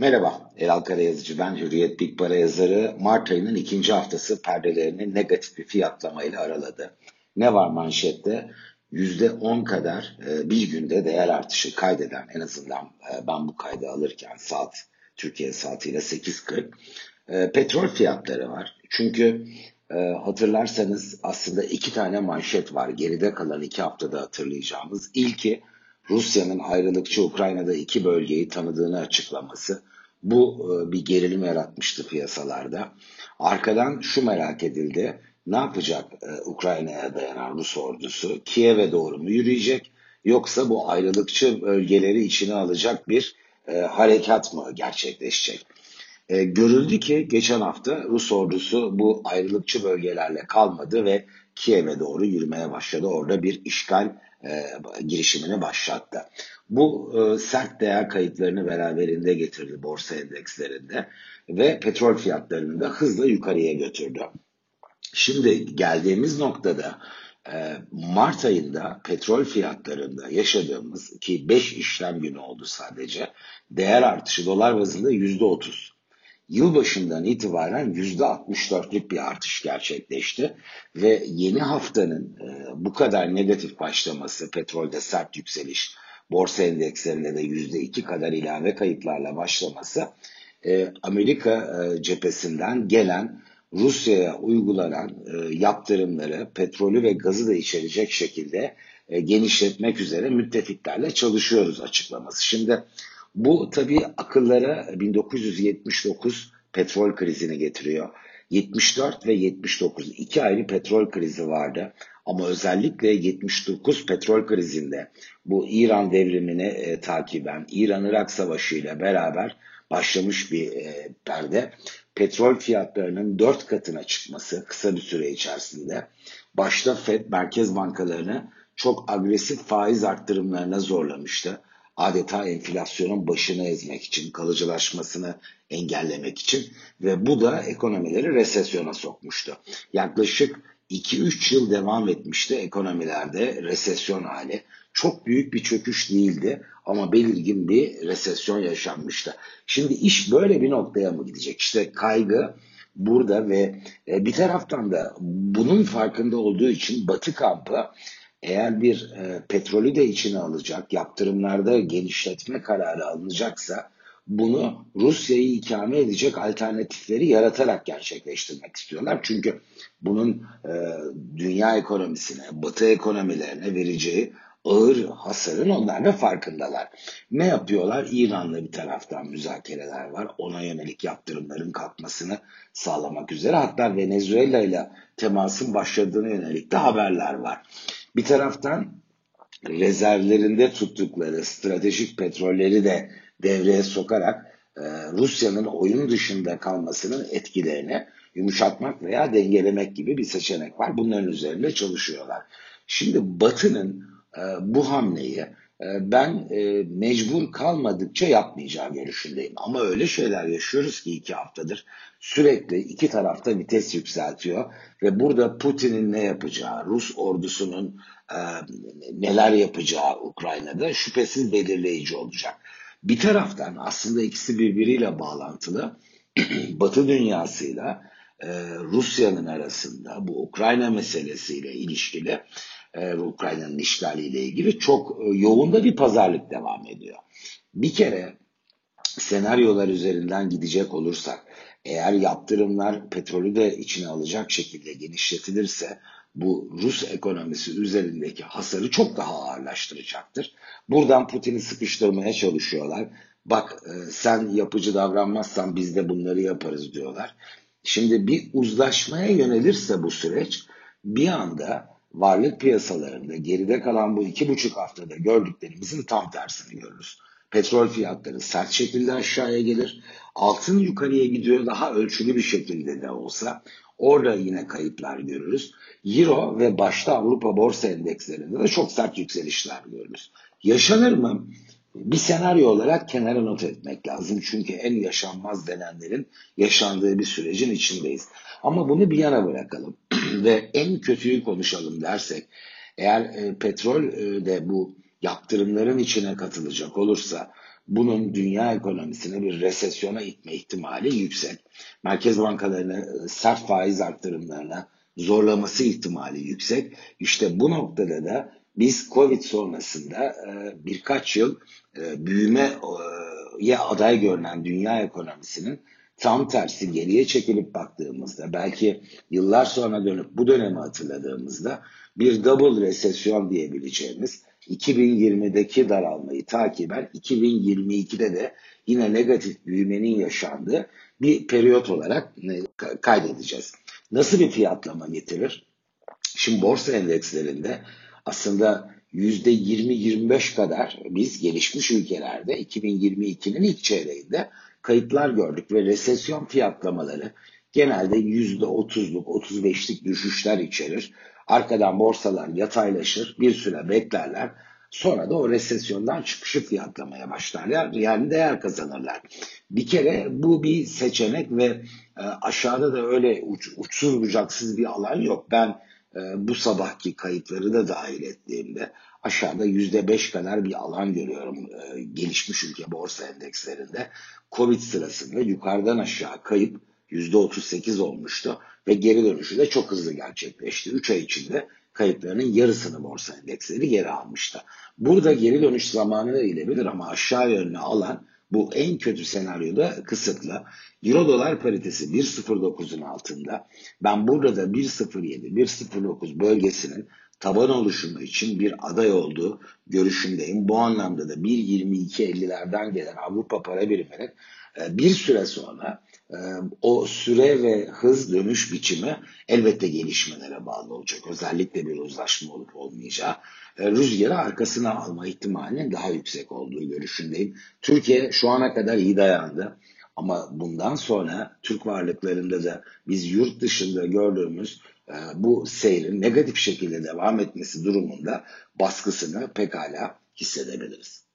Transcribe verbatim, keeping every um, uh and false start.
Merhaba, Elal Karayazıcı ben, Hürriyet Big Para yazarı. Mart ayının ikinci haftası perdelerini negatif bir fiyatlamayla araladı. Ne var manşette? yüzde on kadar e, bir günde değer artışı kaydeden, en azından e, ben bu kaydı alırken saat, Türkiye saatiyle sekiz kırk, e, petrol fiyatları var. Çünkü e, hatırlarsanız aslında iki tane manşet var. Geride kalan iki haftada hatırlayacağımız. İlki Rusya'nın ayrılıkçı Ukrayna'da iki bölgeyi tanıdığını açıklaması. Bu e, bir gerilim yaratmıştı piyasalarda. Arkadan şu merak edildi. Ne yapacak e, Ukrayna'ya dayanan Rus ordusu? Kiev'e doğru mu yürüyecek? Yoksa bu ayrılıkçı bölgeleri içine alacak bir e, harekat mı gerçekleşecek? E, görüldü ki geçen hafta Rus ordusu bu ayrılıkçı bölgelerle kalmadı ve Kiev'e doğru yürümeye başladı. Orada bir işgal e, girişimini başlattı. Bu e, sert değer kayıplarını beraberinde getirdi borsa endekslerinde ve petrol fiyatlarını da hızla yukarıya götürdü. Şimdi geldiğimiz noktada e, Mart ayında petrol fiyatlarında yaşadığımız, ki beş işlem günü oldu sadece, değer artışı dolar bazında yüzde otuz. Yılbaşından itibaren yüzde altmış dörtlük bir artış gerçekleşti ve yeni haftanın e, bu kadar negatif başlaması, petrolde sert yükseliş, borsa endekslerinde de yüzde iki kadar ilave kayıplarla başlaması, e, Amerika e, cephesinden gelen Rusya'ya uygulanan e, yaptırımları, petrolü ve gazı da içerecek şekilde e, genişletmek üzere müttefiklerle çalışıyoruz açıklaması. Şimdi bu tabii akıllara bin dokuz yüz yetmiş dokuz petrol krizini getiriyor. yetmiş dört ve yetmiş dokuz iki ayrı petrol krizi vardı. Ama özellikle yetmiş dokuz petrol krizinde bu İran devrimini e, takiben, İran-Irak Savaşı ile beraber başlamış bir e, perde. Petrol fiyatlarının dört katına çıkması kısa bir süre içerisinde başta Fed merkez bankalarını çok agresif faiz arttırımlarına zorlamıştı. Adeta enflasyonun başını ezmek için, kalıcılaşmasını engellemek için ve bu da ekonomileri resesyona sokmuştu. Yaklaşık iki üç yıl devam etmişti ekonomilerde resesyon hali. Çok büyük bir çöküş değildi ama belirgin bir resesyon yaşanmıştı. Şimdi iş böyle bir noktaya mı gidecek? İşte kaygı burada ve bir taraftan da bunun farkında olduğu için Batı kampı eğer bir e, petrolü de içine alacak, yaptırımlarda genişletme kararı alınacaksa bunu Rusya'yı ikame edecek alternatifleri yaratarak gerçekleştirmek istiyorlar. Çünkü bunun e, dünya ekonomisine, Batı ekonomilerine vereceği ağır hasarın onlar da farkındalar. Ne yapıyorlar? İran'la bir taraftan müzakereler var. Ona yönelik yaptırımların kalkmasını sağlamak üzere. Hatta Venezuela ile temasın başladığına yönelik de haberler var. Bir taraftan rezervlerinde tuttukları stratejik petrolleri de devreye sokarak e, Rusya'nın oyun dışında kalmasının etkilerini yumuşatmak veya dengelemek gibi bir seçenek var. Bunların üzerinde çalışıyorlar. Şimdi Batı'nın e, bu hamleyi e, ben e, mecbur kalmadıkça yapmayacağı görüşündeyim. Ama öyle şeyler yaşıyoruz ki iki haftadır sürekli iki tarafta vites yükseltiyor ve burada Putin'in ne yapacağı, Rus ordusunun e, neler yapacağı Ukrayna'da şüphesiz belirleyici olacak. Bir taraftan aslında ikisi birbiriyle bağlantılı. Batı dünyasıyla e, Rusya'nın arasında bu Ukrayna meselesiyle ilişkili, e, Ukrayna'nın işgaliyle ilgili çok e, yoğun da bir pazarlık devam ediyor. Bir kere senaryolar üzerinden gidecek olursak, eğer yaptırımlar petrolü de içine alacak şekilde genişletilirse bu Rus ekonomisi üzerindeki hasarı çok daha ağırlaştıracaktır. Buradan Putin'i sıkıştırmaya çalışıyorlar. Bak e, sen yapıcı davranmazsan biz de bunları yaparız diyorlar. Şimdi bir uzlaşmaya yönelirse bu süreç bir anda varlık piyasalarında geride kalan bu iki buçuk haftada gördüklerimizin tam tersini görürüz. Petrol fiyatları sert şekilde aşağıya gelir. Altın yukarıya gidiyor daha ölçülü bir şekilde de olsa. Orada yine kayıplar görürüz. Euro ve başta Avrupa borsa endekslerinde de çok sert yükselişler görürüz. Yaşanır mı? Bir senaryo olarak kenara not etmek lazım. Çünkü en yaşanmaz denenlerin yaşandığı bir sürecin içindeyiz. Ama bunu bir yana bırakalım ve en kötüyü konuşalım dersek, eğer e, petrol e, de bu yaptırımların içine katılacak olursa bunun dünya ekonomisine bir resesyona itme ihtimali yüksek. Merkez bankalarını sert faiz arttırımlarına zorlaması ihtimali yüksek. İşte bu noktada da biz Covid sonrasında birkaç yıl büyümeye aday görünen dünya ekonomisinin tam tersi geriye çekilip baktığımızda, belki yıllar sonra dönüp bu dönemi hatırladığımızda bir double resesyon diyebileceğimiz iki bin yirmideki daralmayı takiben iki bin yirmi ikide de yine negatif büyümenin yaşandığı bir periyot olarak kaydedeceğiz. Nasıl bir fiyatlama getirir? Şimdi borsa endekslerinde aslında yüzde yirmi yirmi beş kadar biz gelişmiş ülkelerde iki bin yirmi ikinin ilk çeyreğinde kayıplar gördük ve resesyon fiyatlamaları genelde yüzde otuzluk, otuz beşlik düşüşler içerir. Arkadan borsalar yataylaşır, bir süre beklerler. Sonra da o resesyondan çıkışı fiyatlamaya başlarlar. Yani değer kazanırlar. Bir kere bu bir seçenek ve e, aşağıda da öyle uç, uçsuz bucaksız bir alan yok. Ben e, bu sabahki kayıtları da dahil ettiğimde aşağıda yüzde beş kadar bir alan görüyorum e, gelişmiş ülke borsa endekslerinde. Covid sırasında yukarıdan aşağı kayıp yüzde otuz sekiz olmuştu ve geri dönüşü de çok hızlı gerçekleşti. üç ay içinde kayıplarının yarısını borsa endeksleri geri almıştı. Burada geri dönüş zamanı verilebilir ama aşağı yönlü alan bu en kötü senaryoda kısıtlı. Euro dolar paritesi bir nokta sıfır dokuzun altında. Ben burada da bir nokta sıfır yedi, bir nokta sıfır dokuz bölgesinin taban oluşumu için bir aday olduğu görüşündeyim. Bu anlamda da bir nokta yirmi iki ellilerden gelen Avrupa para biriminin bir süre sonra o süre ve hız dönüş biçimi elbette gelişmelere bağlı olacak. Özellikle bir uzlaşma olup olmayacağı, rüzgarı arkasına alma ihtimalinin daha yüksek olduğu görüşündeyim. Türkiye şu ana kadar iyi dayandı. Ama bundan sonra Türk varlıklarında da biz yurt dışında gördüğümüz bu seyrin negatif şekilde devam etmesi durumunda baskısını pekala hissedebiliriz.